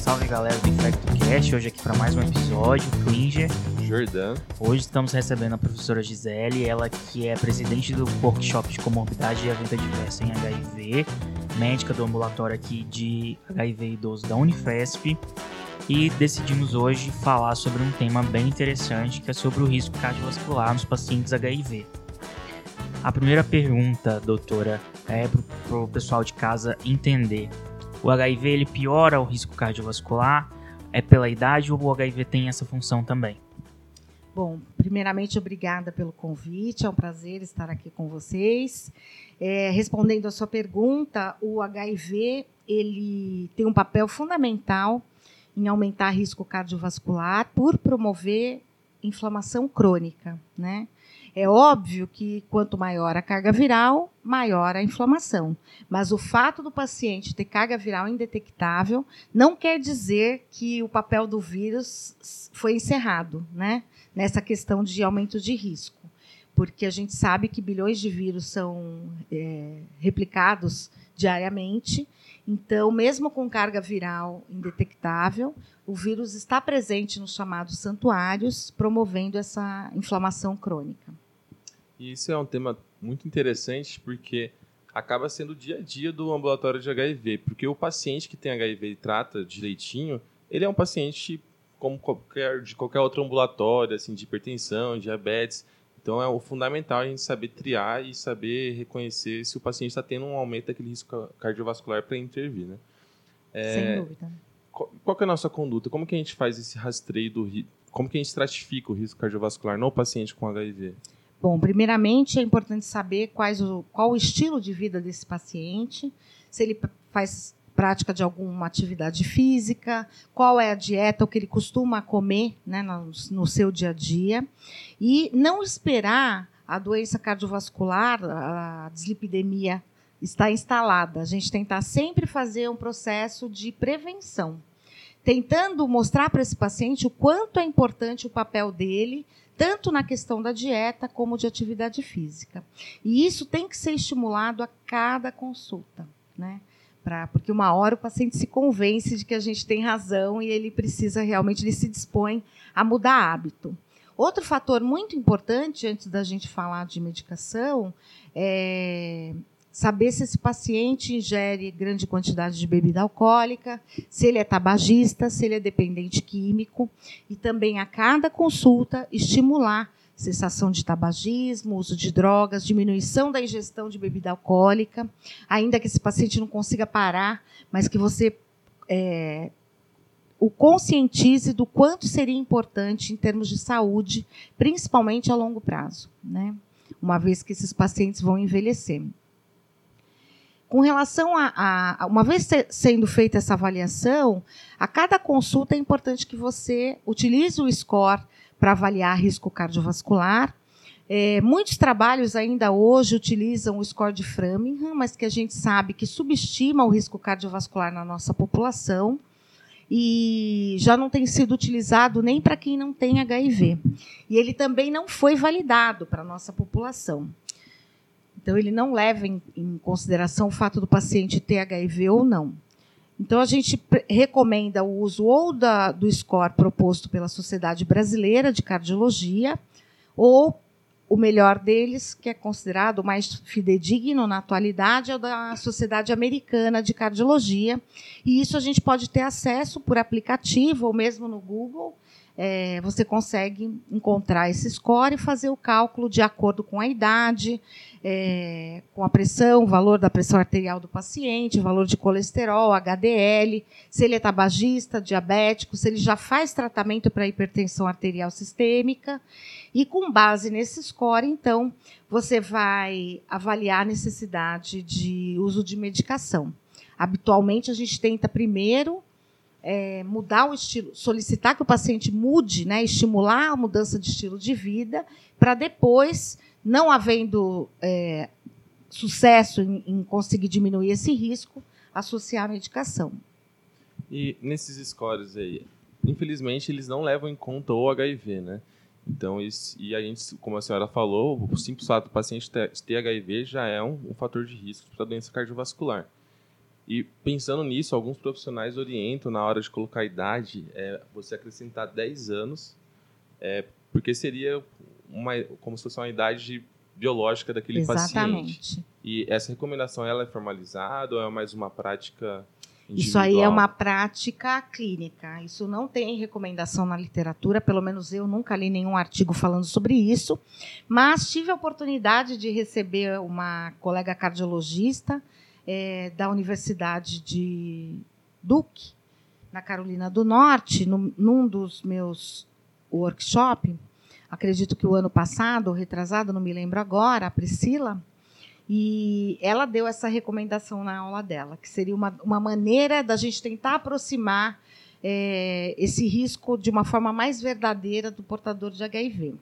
salve galera do InfectoCast, hoje aqui para mais um episódio, Klinger, Jordan. Hoje estamos recebendo a professora Gisele, ela que é presidente do workshop de comorbidade e a vida diversa em HIV, médica do ambulatório aqui de HIV idoso da Unifesp, e decidimos hoje falar sobre um tema bem interessante, que é sobre o risco cardiovascular nos pacientes HIV. A primeira pergunta, doutora, é para o pessoal de casa entender. O HIV ele piora o risco cardiovascular? É pela idade ou o HIV tem essa função também? Bom, primeiramente, obrigada pelo convite. É um prazer estar aqui com vocês. Respondendo a sua pergunta, o HIV ele tem um papel fundamental em aumentar o risco cardiovascular por promover inflamação crônica, né? É óbvio que quanto maior a carga viral, maior a inflamação. Mas o fato do paciente ter carga viral indetectável não quer dizer que o papel do vírus foi encerrado, né? Nessa questão de aumento de risco. Porque a gente sabe que bilhões de vírus são replicados diariamente. Então, mesmo com carga viral indetectável, o vírus está presente nos chamados santuários, promovendo essa inflamação crônica. E isso é um tema muito interessante, porque acaba sendo o dia a dia do ambulatório de HIV, porque o paciente que tem HIV e trata direitinho, ele é um paciente como de qualquer outro ambulatório, assim, de hipertensão, diabetes. Então, é o fundamental a gente saber triar e saber reconhecer se o paciente está tendo um aumento daquele risco cardiovascular para intervir, né? Sem dúvida. Qual que é a nossa conduta? Como que a gente faz esse rastreio do risco? Como que a gente estratifica o risco cardiovascular no paciente com HIV? Bom, primeiramente é importante saber qual o estilo de vida desse paciente, se ele faz prática de alguma atividade física, qual é a dieta, o que ele costuma comer, né, no seu dia a dia, e não esperar a doença cardiovascular, a dislipidemia, estar instalada. A gente tentar sempre fazer um processo de prevenção, tentando mostrar para esse paciente o quanto é importante o papel dele, tanto na questão da dieta como de atividade física. E isso tem que ser estimulado a cada consulta, né? Porque uma hora o paciente se convence de que a gente tem razão e ele precisa realmente, ele se dispõe a mudar hábito. Outro fator muito importante, antes da gente falar de medicação, é saber se esse paciente ingere grande quantidade de bebida alcoólica, se ele é tabagista, se ele é dependente químico, e também a cada consulta estimular cessação de tabagismo, uso de drogas, diminuição da ingestão de bebida alcoólica, ainda que esse paciente não consiga parar, mas que você o conscientize do quanto seria importante em termos de saúde, principalmente a longo prazo, né? Uma vez que esses pacientes vão envelhecer. Com relação uma vez sendo feita essa avaliação, a cada consulta é importante que você utilize o score para avaliar risco cardiovascular. Muitos trabalhos ainda hoje utilizam o score de Framingham, mas que a gente sabe que subestima o risco cardiovascular na nossa população e já não tem sido utilizado nem para quem não tem HIV. E ele também não foi validado para a nossa população. Então, ele não leva em consideração o fato do paciente ter HIV ou não. Então, a gente recomenda o uso ou do score proposto pela Sociedade Brasileira de Cardiologia, ou o melhor deles, que é considerado o mais fidedigno na atualidade, é o da Sociedade Americana de Cardiologia. E isso a gente pode ter acesso por aplicativo ou mesmo no Google. Você consegue encontrar esse score e fazer o cálculo de acordo com a idade, com a pressão, o valor da pressão arterial do paciente, o valor de colesterol, HDL, se ele é tabagista, diabético, se ele já faz tratamento para hipertensão arterial sistêmica. E com base nesse score, então, você vai avaliar a necessidade de uso de medicação. Habitualmente, a gente tenta primeiro mudar o estilo, solicitar que o paciente mude, né, estimular a mudança de estilo de vida, para depois, não havendo sucesso em conseguir diminuir esse risco, associar a medicação. E nesses scores aí, infelizmente, eles não levam em conta o HIV, né? Então, e a gente, como a senhora falou, o simples fato do paciente ter HIV já é um fator de risco para a doença cardiovascular. E pensando nisso, alguns profissionais orientam na hora de colocar a idade, você acrescentar 10 anos, porque seria como se fosse uma idade biológica daquele paciente. E essa recomendação ela é formalizada ou é mais uma prática individual? Isso aí é uma prática clínica. Isso não tem recomendação na literatura, pelo menos eu nunca li nenhum artigo falando sobre isso, mas tive a oportunidade de receber uma colega cardiologista da Universidade de Duke, na Carolina do Norte, num dos meus workshops, acredito que o ano passado, ou retrasado, não me lembro agora, a Priscila, e ela deu essa recomendação na aula dela, que seria uma maneira da gente tentar aproximar esse risco de uma forma mais verdadeira do portador de HIV.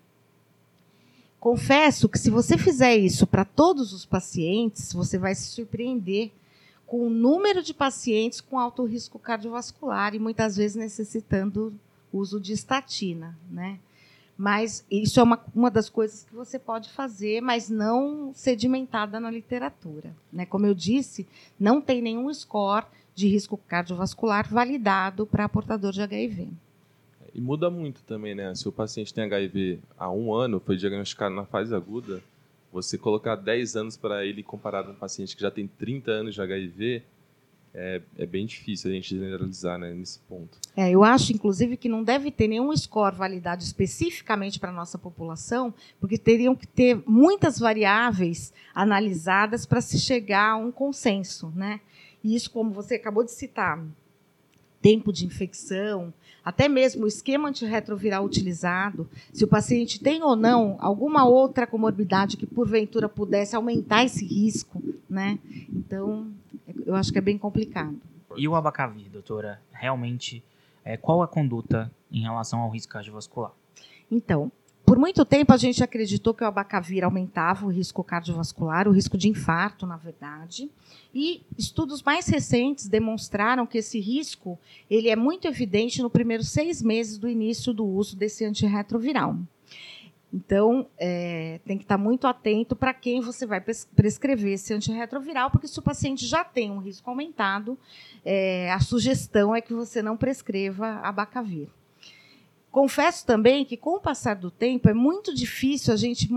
Confesso que, se você fizer isso para todos os pacientes, você vai se surpreender com o número de pacientes com alto risco cardiovascular e, muitas vezes, necessitando uso de estatina, né? Mas isso é uma das coisas que você pode fazer, mas não sedimentada na literatura, né? Como eu disse, não tem nenhum score de risco cardiovascular validado para portador de HIV. E muda muito também, né? Se o paciente tem HIV há 1 ano, foi diagnosticado na fase aguda, você colocar 10 anos para ele comparado a um paciente que já tem 30 anos de HIV, é bem difícil a gente generalizar, né, nesse ponto. Eu acho, inclusive, que não deve ter nenhum score validado especificamente para a nossa população, porque teriam que ter muitas variáveis analisadas para se chegar a um consenso, né? E isso, como você acabou de citar, tempo de infecção, até mesmo o esquema antirretroviral utilizado, se o paciente tem ou não alguma outra comorbidade que, porventura, pudesse aumentar esse risco, né? Então, eu acho que é bem complicado. E o abacavir, doutora? Realmente, qual a conduta em relação ao risco cardiovascular? Então, por muito tempo a gente acreditou que o abacavir aumentava o risco cardiovascular, o risco de infarto, na verdade. E estudos mais recentes demonstraram que esse risco ele é muito evidente nos primeiros 6 meses do início do uso desse antirretroviral. Então, tem que estar muito atento para quem você vai prescrever esse antirretroviral, porque se o paciente já tem um risco aumentado, a sugestão é que você não prescreva abacavir. Confesso também que, com o passar do tempo, é muito difícil a gente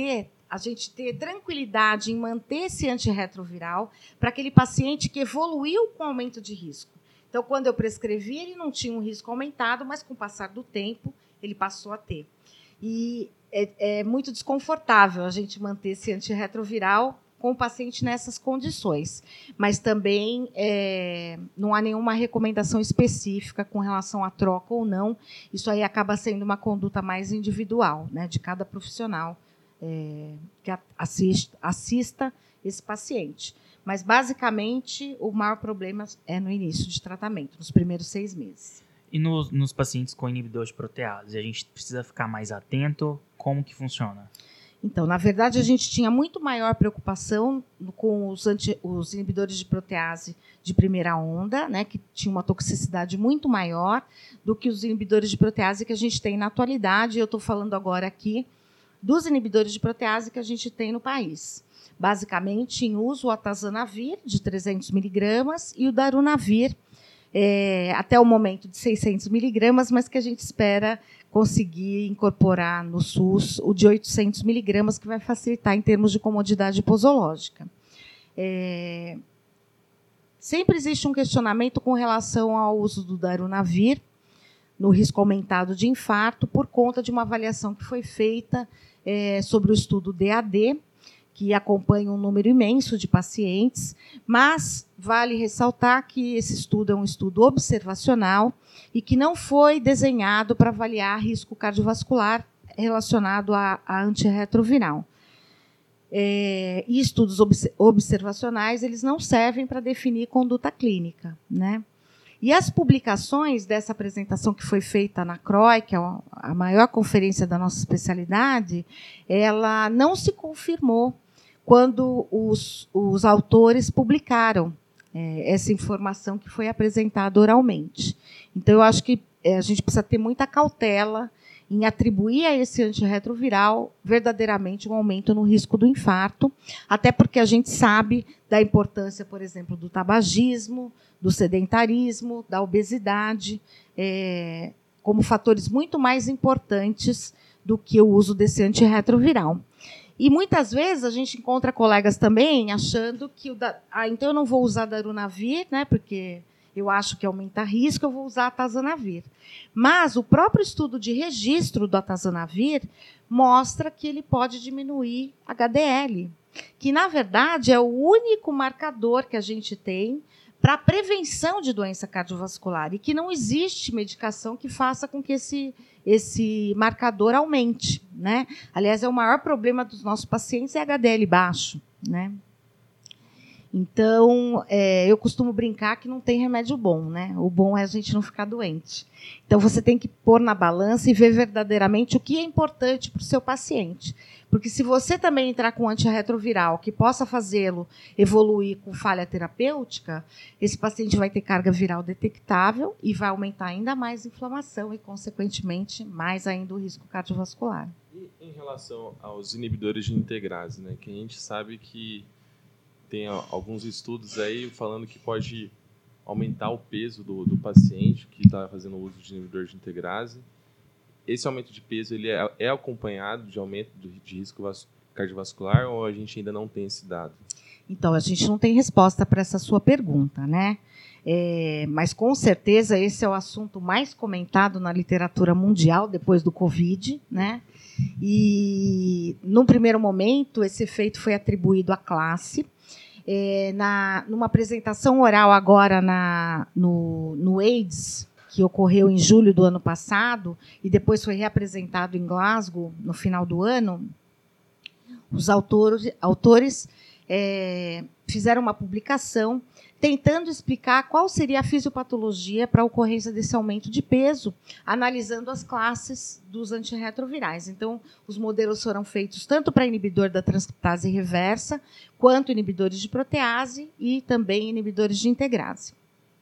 ter tranquilidade em manter esse antirretroviral para aquele paciente que evoluiu com aumento de risco. Então, quando eu prescrevi, ele não tinha um risco aumentado, mas, com o passar do tempo, ele passou a ter. E é muito desconfortável a gente manter esse antirretroviral com o paciente nessas condições. Mas também não há nenhuma recomendação específica com relação à troca ou não. Isso aí acaba sendo uma conduta mais individual, né, de cada profissional que assista esse paciente. Mas, basicamente, o maior problema é no início de tratamento, nos primeiros 6 meses. E nos pacientes com inibidor de protease, a gente precisa ficar mais atento? Como que funciona? Então, na verdade, a gente tinha muito maior preocupação com os inibidores de protease de primeira onda, né, que tinham uma toxicidade muito maior do que os inibidores de protease que a gente tem na atualidade. Eu estou falando agora aqui dos inibidores de protease que a gente tem no país. Basicamente, em uso o atazanavir, de 300 miligramas, e o darunavir, até o momento de 600 miligramas, mas que a gente espera conseguir incorporar no SUS o de 800 miligramas, que vai facilitar em termos de comodidade posológica. Sempre existe um questionamento com relação ao uso do darunavir no risco aumentado de infarto, por conta de uma avaliação que foi feita sobre o estudo DAD, que acompanha um número imenso de pacientes, mas vale ressaltar que esse estudo é um estudo observacional e que não foi desenhado para avaliar risco cardiovascular relacionado a antirretroviral. E estudos observacionais eles não servem para definir conduta clínica, né? E as publicações dessa apresentação que foi feita na CROI, que é a maior conferência da nossa especialidade, ela não se confirmou quando os autores publicaram essa informação que foi apresentada oralmente. Então, eu acho que a gente precisa ter muita cautela em atribuir a esse antirretroviral verdadeiramente um aumento no risco do infarto, até porque a gente sabe da importância, por exemplo, do tabagismo, do sedentarismo, da obesidade, como fatores muito mais importantes do que o uso desse antirretroviral. E muitas vezes a gente encontra colegas também achando que então eu não vou usar darunavir, né, porque eu acho que aumenta risco, eu vou usar atazanavir. Mas o próprio estudo de registro do atazanavir mostra que ele pode diminuir HDL, que, na verdade, é o único marcador que a gente tem para a prevenção de doença cardiovascular e que não existe medicação que faça com que esse marcador aumente, né? Aliás, é o maior problema dos nossos pacientes é HDL baixo, né? Então, eu costumo brincar que não tem remédio bom, né? O bom é a gente não ficar doente. Então, você tem que pôr na balança e ver verdadeiramente o que é importante para o seu paciente. Porque se você também entrar com um antirretroviral que possa fazê-lo evoluir com falha terapêutica, esse paciente vai ter carga viral detectável e vai aumentar ainda mais a inflamação e, consequentemente, mais ainda o risco cardiovascular. E em relação aos inibidores de integrase, né? Que a gente sabe que tem alguns estudos aí falando que pode aumentar o peso do paciente que está fazendo uso de inibidor de integrase. Esse aumento de peso ele é acompanhado de aumento de risco cardiovascular ou a gente ainda não tem esse dado? Então, a gente não tem resposta para essa sua pergunta, né? Mas, com certeza, esse é o assunto mais comentado na literatura mundial depois do Covid, né? E, num primeiro momento, esse efeito foi atribuído à classe. Numa apresentação oral agora no AIDS, que ocorreu em julho do ano passado, e depois foi reapresentado em Glasgow no final do ano, os autores fizeram uma publicação tentando explicar qual seria a fisiopatologia para a ocorrência desse aumento de peso, analisando as classes dos antirretrovirais. Então, os modelos foram feitos tanto para inibidor da transcriptase reversa, quanto inibidores de protease e também inibidores de integrase.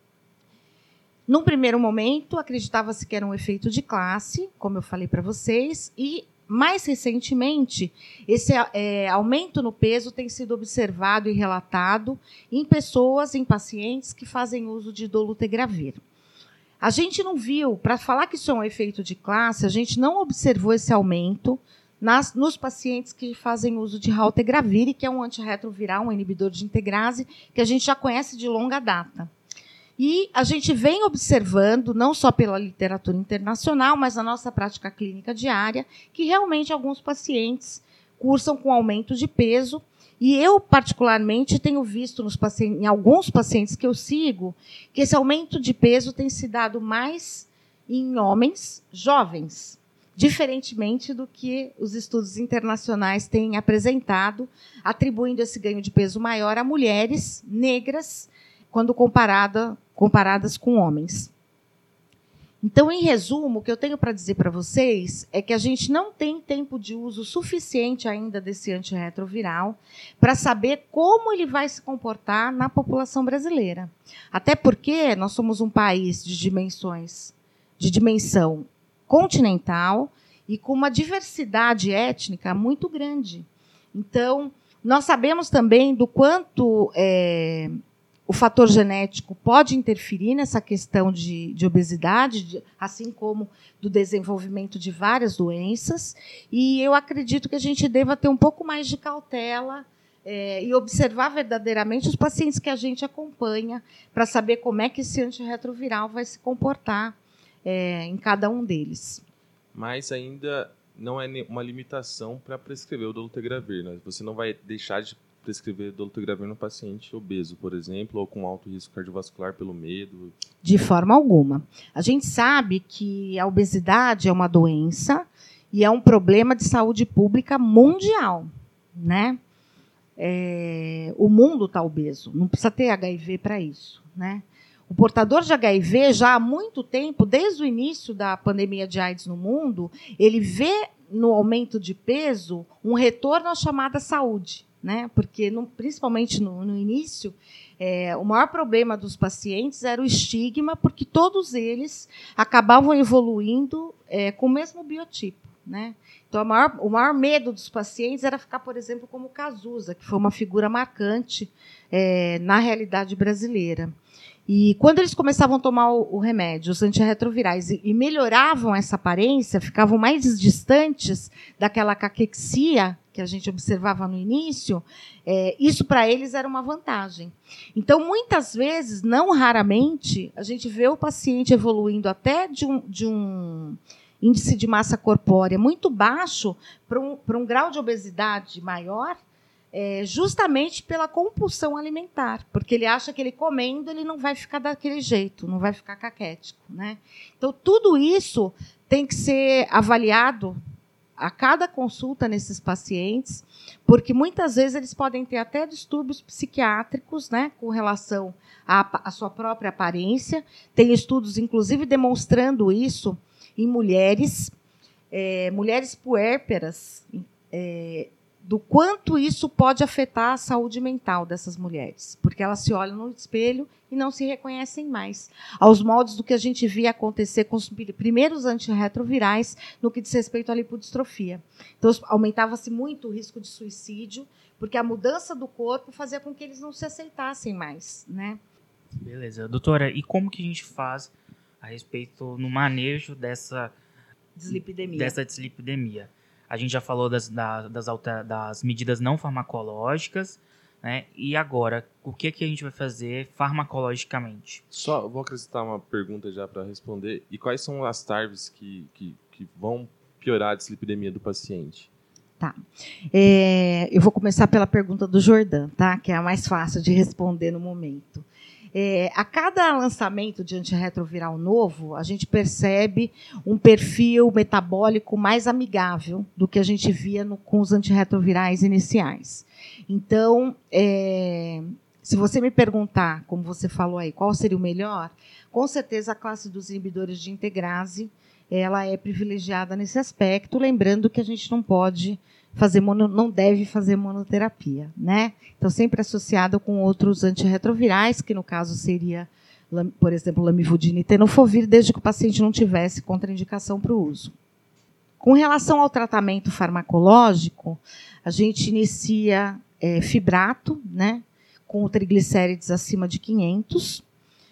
Num primeiro momento, acreditava-se que era um efeito de classe, como eu falei para vocês, e, mais recentemente, esse aumento no peso tem sido observado e relatado em pacientes que fazem uso de dolutegravir. A gente não viu, para falar que isso é um efeito de classe, a gente não observou esse aumento nos pacientes que fazem uso de raltegravir, que é um antirretroviral, um inibidor de integrase, que a gente já conhece de longa data. E a gente vem observando, não só pela literatura internacional, mas na nossa prática clínica diária, que realmente alguns pacientes cursam com aumento de peso. E eu, particularmente, tenho visto em alguns pacientes que eu sigo que esse aumento de peso tem se dado mais em homens jovens, diferentemente do que os estudos internacionais têm apresentado, atribuindo esse ganho de peso maior a mulheres negras, quando comparadas com homens. Então, em resumo, o que eu tenho para dizer para vocês é que a gente não tem tempo de uso suficiente ainda desse antirretroviral para saber como ele vai se comportar na população brasileira. Até porque nós somos um país de dimensão continental e com uma diversidade étnica muito grande. Então, nós sabemos também do quanto o fator genético pode interferir nessa questão de obesidade, assim como do desenvolvimento de várias doenças. E eu acredito que a gente deva ter um pouco mais de cautela e observar verdadeiramente os pacientes que a gente acompanha para saber como é que esse antirretroviral vai se comportar em cada um deles. Mas ainda não é uma limitação para prescrever o dolutegravir, né? Você não vai deixar de prescrever dolutegravir no paciente obeso, por exemplo, ou com alto risco cardiovascular pelo medo? De forma alguma. A gente sabe que a obesidade é uma doença e é um problema de saúde pública mundial, né? O mundo está obeso, não precisa ter HIV para isso, né? O portador de HIV, já há muito tempo, desde o início da pandemia de AIDS no mundo, ele vê no aumento de peso um retorno à chamada saúde, né? Porque, principalmente no início, o maior problema dos pacientes era o estigma, porque todos eles acabavam evoluindo com o mesmo biotipo, né? Então, o maior medo dos pacientes era ficar, por exemplo, como o Cazuza, que foi uma figura marcante na realidade brasileira. E quando eles começavam a tomar o remédio, os antirretrovirais, e melhoravam essa aparência, ficavam mais distantes daquela caquexia que a gente observava no início, isso para eles era uma vantagem. Então, muitas vezes, não raramente, a gente vê o paciente evoluindo até de um índice de massa corpórea muito baixo para um grau de obesidade maior, justamente pela compulsão alimentar, porque ele acha que ele comendo ele não vai ficar daquele jeito, não vai ficar caquético, né? Então, tudo isso tem que ser avaliado a cada consulta nesses pacientes, porque muitas vezes eles podem ter até distúrbios psiquiátricos, né, com relação à sua própria aparência. Tem estudos, inclusive, demonstrando isso em mulheres puérperas, do quanto isso pode afetar a saúde mental dessas mulheres, porque elas se olham no espelho e não se reconhecem mais, aos moldes do que a gente via acontecer com os primeiros antirretrovirais no que diz respeito à lipodistrofia. Então, aumentava-se muito o risco de suicídio, porque a mudança do corpo fazia com que eles não se aceitassem mais, né? Beleza. Doutora, e como que a gente faz a respeito no manejo dessa dislipidemia? A gente já falou das medidas não farmacológicas, né? E agora, o que a gente vai fazer farmacologicamente? Só vou acrescentar uma pergunta já para responder. E quais são as TARVs que vão piorar a dislipidemia do paciente? Tá. Eu vou começar pela pergunta do Jordan, tá? Que é a mais fácil de responder no momento. A cada lançamento de antirretroviral novo, a gente percebe um perfil metabólico mais amigável do que a gente via com os antirretrovirais iniciais. Então, se você me perguntar, como você falou aí, qual seria o melhor, com certeza a classe dos inibidores de integrase ela é privilegiada nesse aspecto, lembrando que a gente não deve fazer monoterapia, né? Então, sempre associado com outros antirretrovirais, que no caso seria, por exemplo, lamivudina e tenofovir, desde que o paciente não tivesse contraindicação para o uso. Com relação ao tratamento farmacológico, a gente inicia fibrato, né, com triglicérides acima de 500.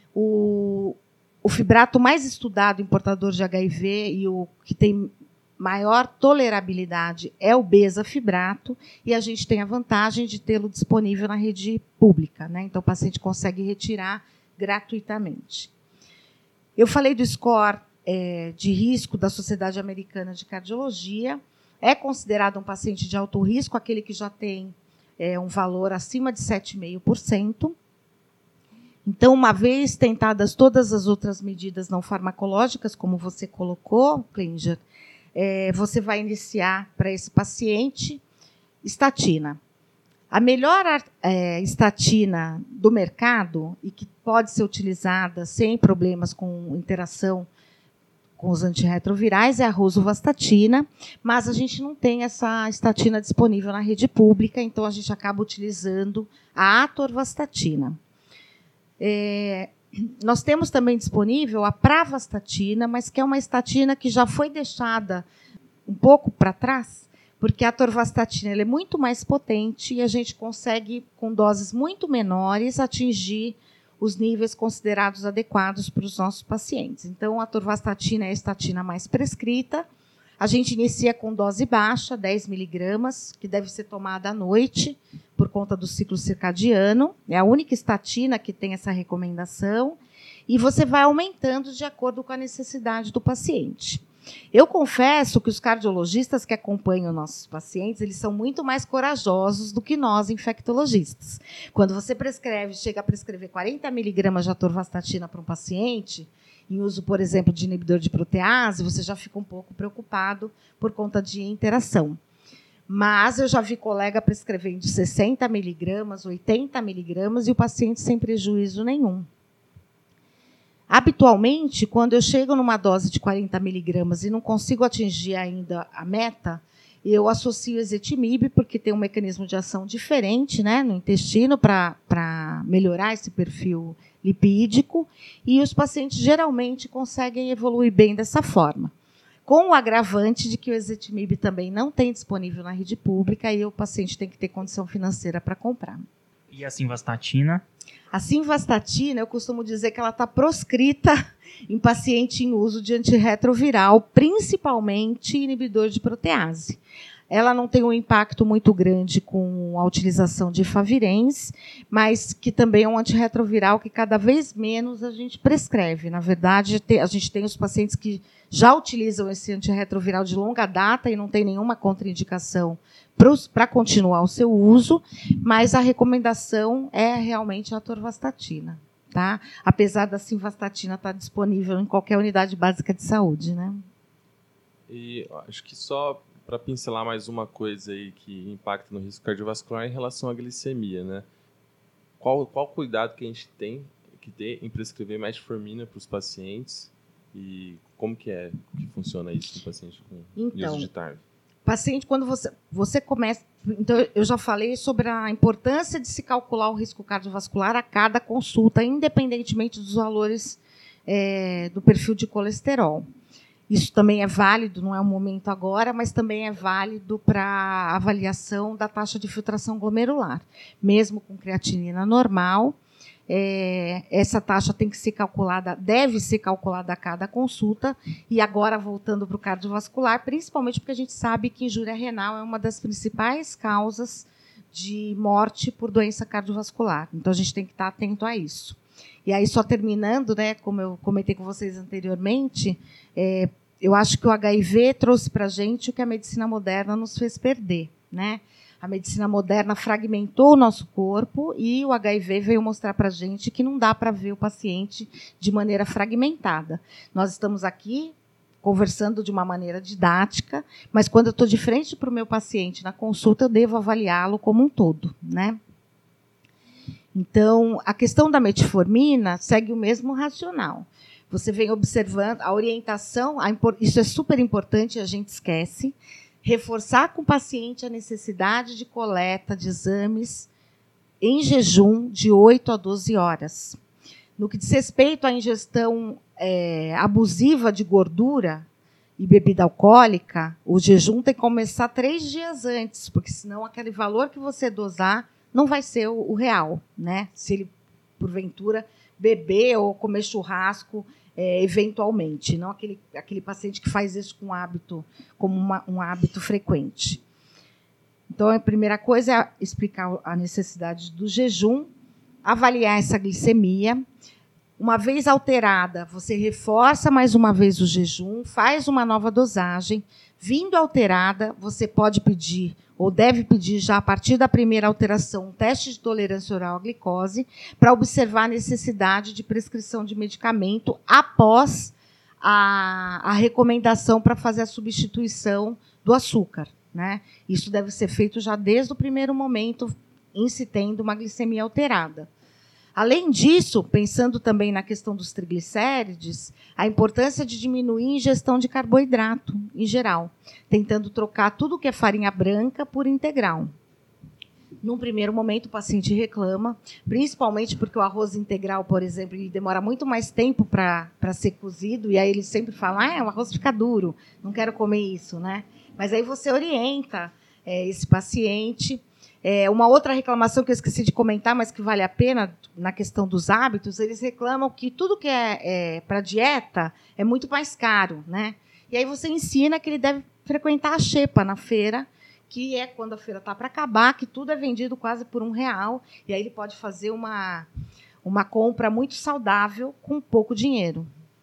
O fibrato mais estudado em portador de HIV e o que tem maior tolerabilidade é o bezafibrato, e a gente tem a vantagem de tê-lo disponível na rede pública, né? Então, o paciente consegue retirar gratuitamente. Eu falei do score de risco da Sociedade Americana de Cardiologia. É considerado um paciente de alto risco aquele que já tem um valor acima de 7,5%. Então, uma vez tentadas todas as outras medidas não farmacológicas, como você colocou, Klinger, você vai iniciar para esse paciente estatina. A melhor estatina do mercado e que pode ser utilizada sem problemas com interação com os antirretrovirais é a rosuvastatina, mas a gente não tem essa estatina disponível na rede pública, então a gente acaba utilizando a atorvastatina. Nós temos também disponível a pravastatina, mas que é uma estatina que já foi deixada um pouco para trás, porque a atorvastatina ela é muito mais potente e a gente consegue, com doses muito menores, atingir os níveis considerados adequados para os nossos pacientes. Então, a atorvastatina é a estatina mais prescrita. A gente inicia com dose baixa, 10 miligramas, que deve ser tomada à noite, por conta do ciclo circadiano. É a única estatina que tem essa recomendação. E você vai aumentando de acordo com a necessidade do paciente. Eu confesso que os cardiologistas que acompanham nossos pacientes, eles são muito mais corajosos do que nós, infectologistas. Quando você chega a prescrever 40 miligramas de atorvastatina para um paciente, em uso, por exemplo, de inibidor de protease, você já fica um pouco preocupado por conta de interação. Mas eu já vi colega prescrevendo 60 miligramas, 80 miligramas, e o paciente sem prejuízo nenhum. Habitualmente, quando eu chego numa dose de 40 miligramas e não consigo atingir ainda a meta, eu associo ezetimibe porque tem um mecanismo de ação diferente, né, no intestino para melhorar esse perfil lipídico, e os pacientes geralmente conseguem evoluir bem dessa forma. Com o agravante de que o ezetimibe também não tem disponível na rede pública e o paciente tem que ter condição financeira para comprar. E a simvastatina? A simvastatina, eu costumo dizer que ela está proscrita em paciente em uso de antirretroviral, principalmente inibidor de protease. Ela não tem um impacto muito grande com a utilização de efavirenz, mas que também é um antirretroviral que cada vez menos a gente prescreve. Na verdade, a gente tem os pacientes que já utilizam esse antirretroviral de longa data e não tem nenhuma contraindicação para continuar o seu uso, mas a recomendação é realmente a atorvastatina, tá? Apesar da simvastatina estar disponível em qualquer unidade básica de saúde, né? E acho que só para pincelar mais uma coisa aí que impacta no risco cardiovascular em relação à glicemia, né? Qual cuidado que a gente tem que ter em prescrever metformina para os pacientes e como que funciona isso no paciente com uso de TARV? Paciente, quando você começa... Então, eu já falei sobre a importância de se calcular o risco cardiovascular a cada consulta, independentemente dos valores do perfil de colesterol. Isso também é válido, não é um momento agora, mas também é válido para avaliação da taxa de filtração glomerular. Mesmo com creatinina normal, essa taxa tem que ser calculada, deve ser calculada a cada consulta. E agora, voltando para o cardiovascular, principalmente porque a gente sabe que injúria renal é uma das principais causas de morte por doença cardiovascular. Então, a gente tem que estar atento a isso. E aí, só terminando, né, como eu comentei com vocês anteriormente, eu acho que o HIV trouxe para a gente o que a medicina moderna nos fez perder, né? A medicina moderna fragmentou o nosso corpo e o HIV veio mostrar para a gente que não dá para ver o paciente de maneira fragmentada. Nós estamos aqui conversando de uma maneira didática, mas quando eu estou de frente para o meu paciente na consulta, eu devo avaliá-lo como um todo, né? Então, a questão da metformina segue o mesmo racional. Você vem observando a orientação, isso é super importante, a gente esquece, reforçar com o paciente a necessidade de coleta de exames em jejum de 8 a 12 horas. No que diz respeito à ingestão abusiva de gordura e bebida alcoólica, o jejum tem que começar 3 dias antes, porque senão aquele valor que você dosar não vai ser o real, né? Se ele, porventura, beber ou comer churrasco eventualmente, não aquele paciente que faz isso com hábito, como um hábito frequente. Então, a primeira coisa é explicar a necessidade do jejum, avaliar essa glicemia. Uma vez alterada, você reforça mais uma vez o jejum, faz uma nova dosagem. Vindo alterada, você pode pedir, ou deve pedir já a partir da primeira alteração, um teste de tolerância oral à glicose, para observar a necessidade de prescrição de medicamento após a recomendação para fazer a substituição do açúcar, né? Isso deve ser feito já desde o primeiro momento, em se tendo uma glicemia alterada. Além disso, pensando também na questão dos triglicérides, a importância de diminuir a ingestão de carboidrato, em geral, tentando trocar tudo que é farinha branca por integral. Num primeiro momento, o paciente reclama, principalmente porque o arroz integral, por exemplo, ele demora muito mais tempo para ser cozido, e aí ele sempre fala, o arroz fica duro, não quero comer isso, né? Mas aí você orienta esse paciente. Uma outra reclamação que eu esqueci de comentar, mas que vale a pena na questão dos hábitos, eles reclamam que tudo que é para dieta é muito mais caro, né? E aí você ensina que ele deve frequentar a xepa na feira, que é quando a feira está para acabar, que tudo é vendido quase por R$1, e aí ele pode fazer uma compra muito saudável com pouco dinheiro.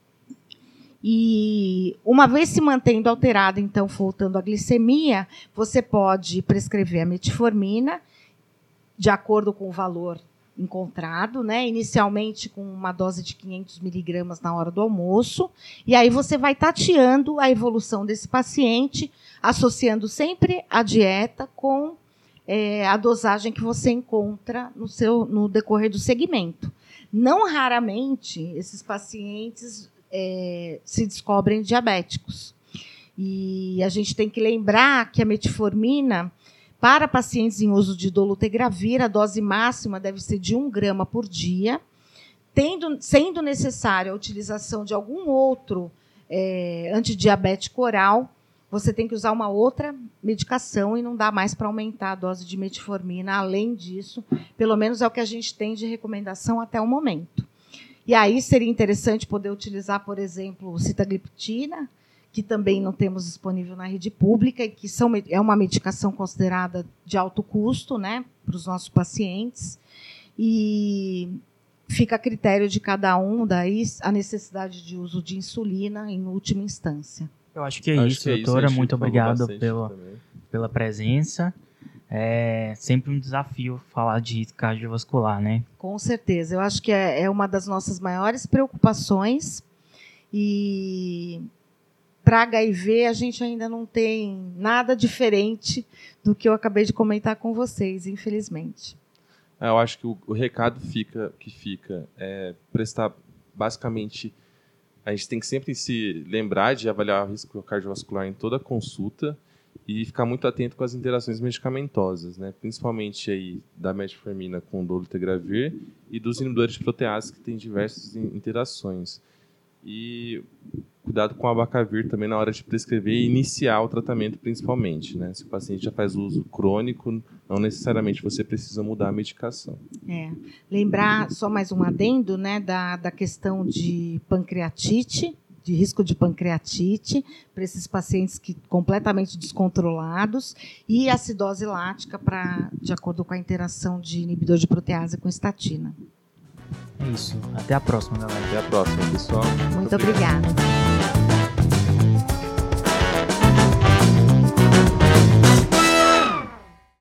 E, uma vez se mantendo alterada, então, voltando à glicemia, você pode prescrever a metformina, de acordo com o valor encontrado, né? Inicialmente com uma dose de 500 miligramas na hora do almoço, e aí você vai tateando a evolução desse paciente, associando sempre a dieta com a dosagem que você encontra no decorrer do segmento. Não raramente, esses pacientes se descobrem diabéticos. E a gente tem que lembrar que a metformina, para pacientes em uso de dolutegravir, a dose máxima deve ser de 1 grama por dia, sendo necessária a utilização de algum outro antidiabético oral, você tem que usar uma outra medicação e não dá mais para aumentar a dose de metformina. Além disso, pelo menos é o que a gente tem de recomendação até o momento. E aí seria interessante poder utilizar, por exemplo, sitagliptina, que também não temos disponível na rede pública e que é uma medicação considerada de alto custo, né, para os nossos pacientes. E fica a critério de cada um, daí a necessidade de uso de insulina em última instância. Eu acho que é isso, doutora. Muito obrigado pela presença. É sempre um desafio falar de risco cardiovascular, né? Com certeza. Eu acho que é uma das nossas maiores preocupações. E para HIV a gente ainda não tem nada diferente do que eu acabei de comentar com vocês, infelizmente. Eu acho que o recado fica é prestar, basicamente, a gente tem que sempre se lembrar de avaliar o risco cardiovascular em toda consulta e ficar muito atento com as interações medicamentosas, né? Principalmente aí da metformina com o dolutegravir e dos inibidores de protease, que tem diversas interações. E cuidado com o abacavir também na hora de prescrever e iniciar o tratamento, principalmente, né? Se o paciente já faz uso crônico, não necessariamente você precisa mudar a medicação. Lembrar, só mais um adendo, né, da questão de pancreatite, de risco de pancreatite, para esses pacientes completamente descontrolados, e acidose lática, de acordo com a interação de inibidor de protease com estatina. É isso. Até a próxima, galera. Até a próxima, pessoal. Muito obrigada.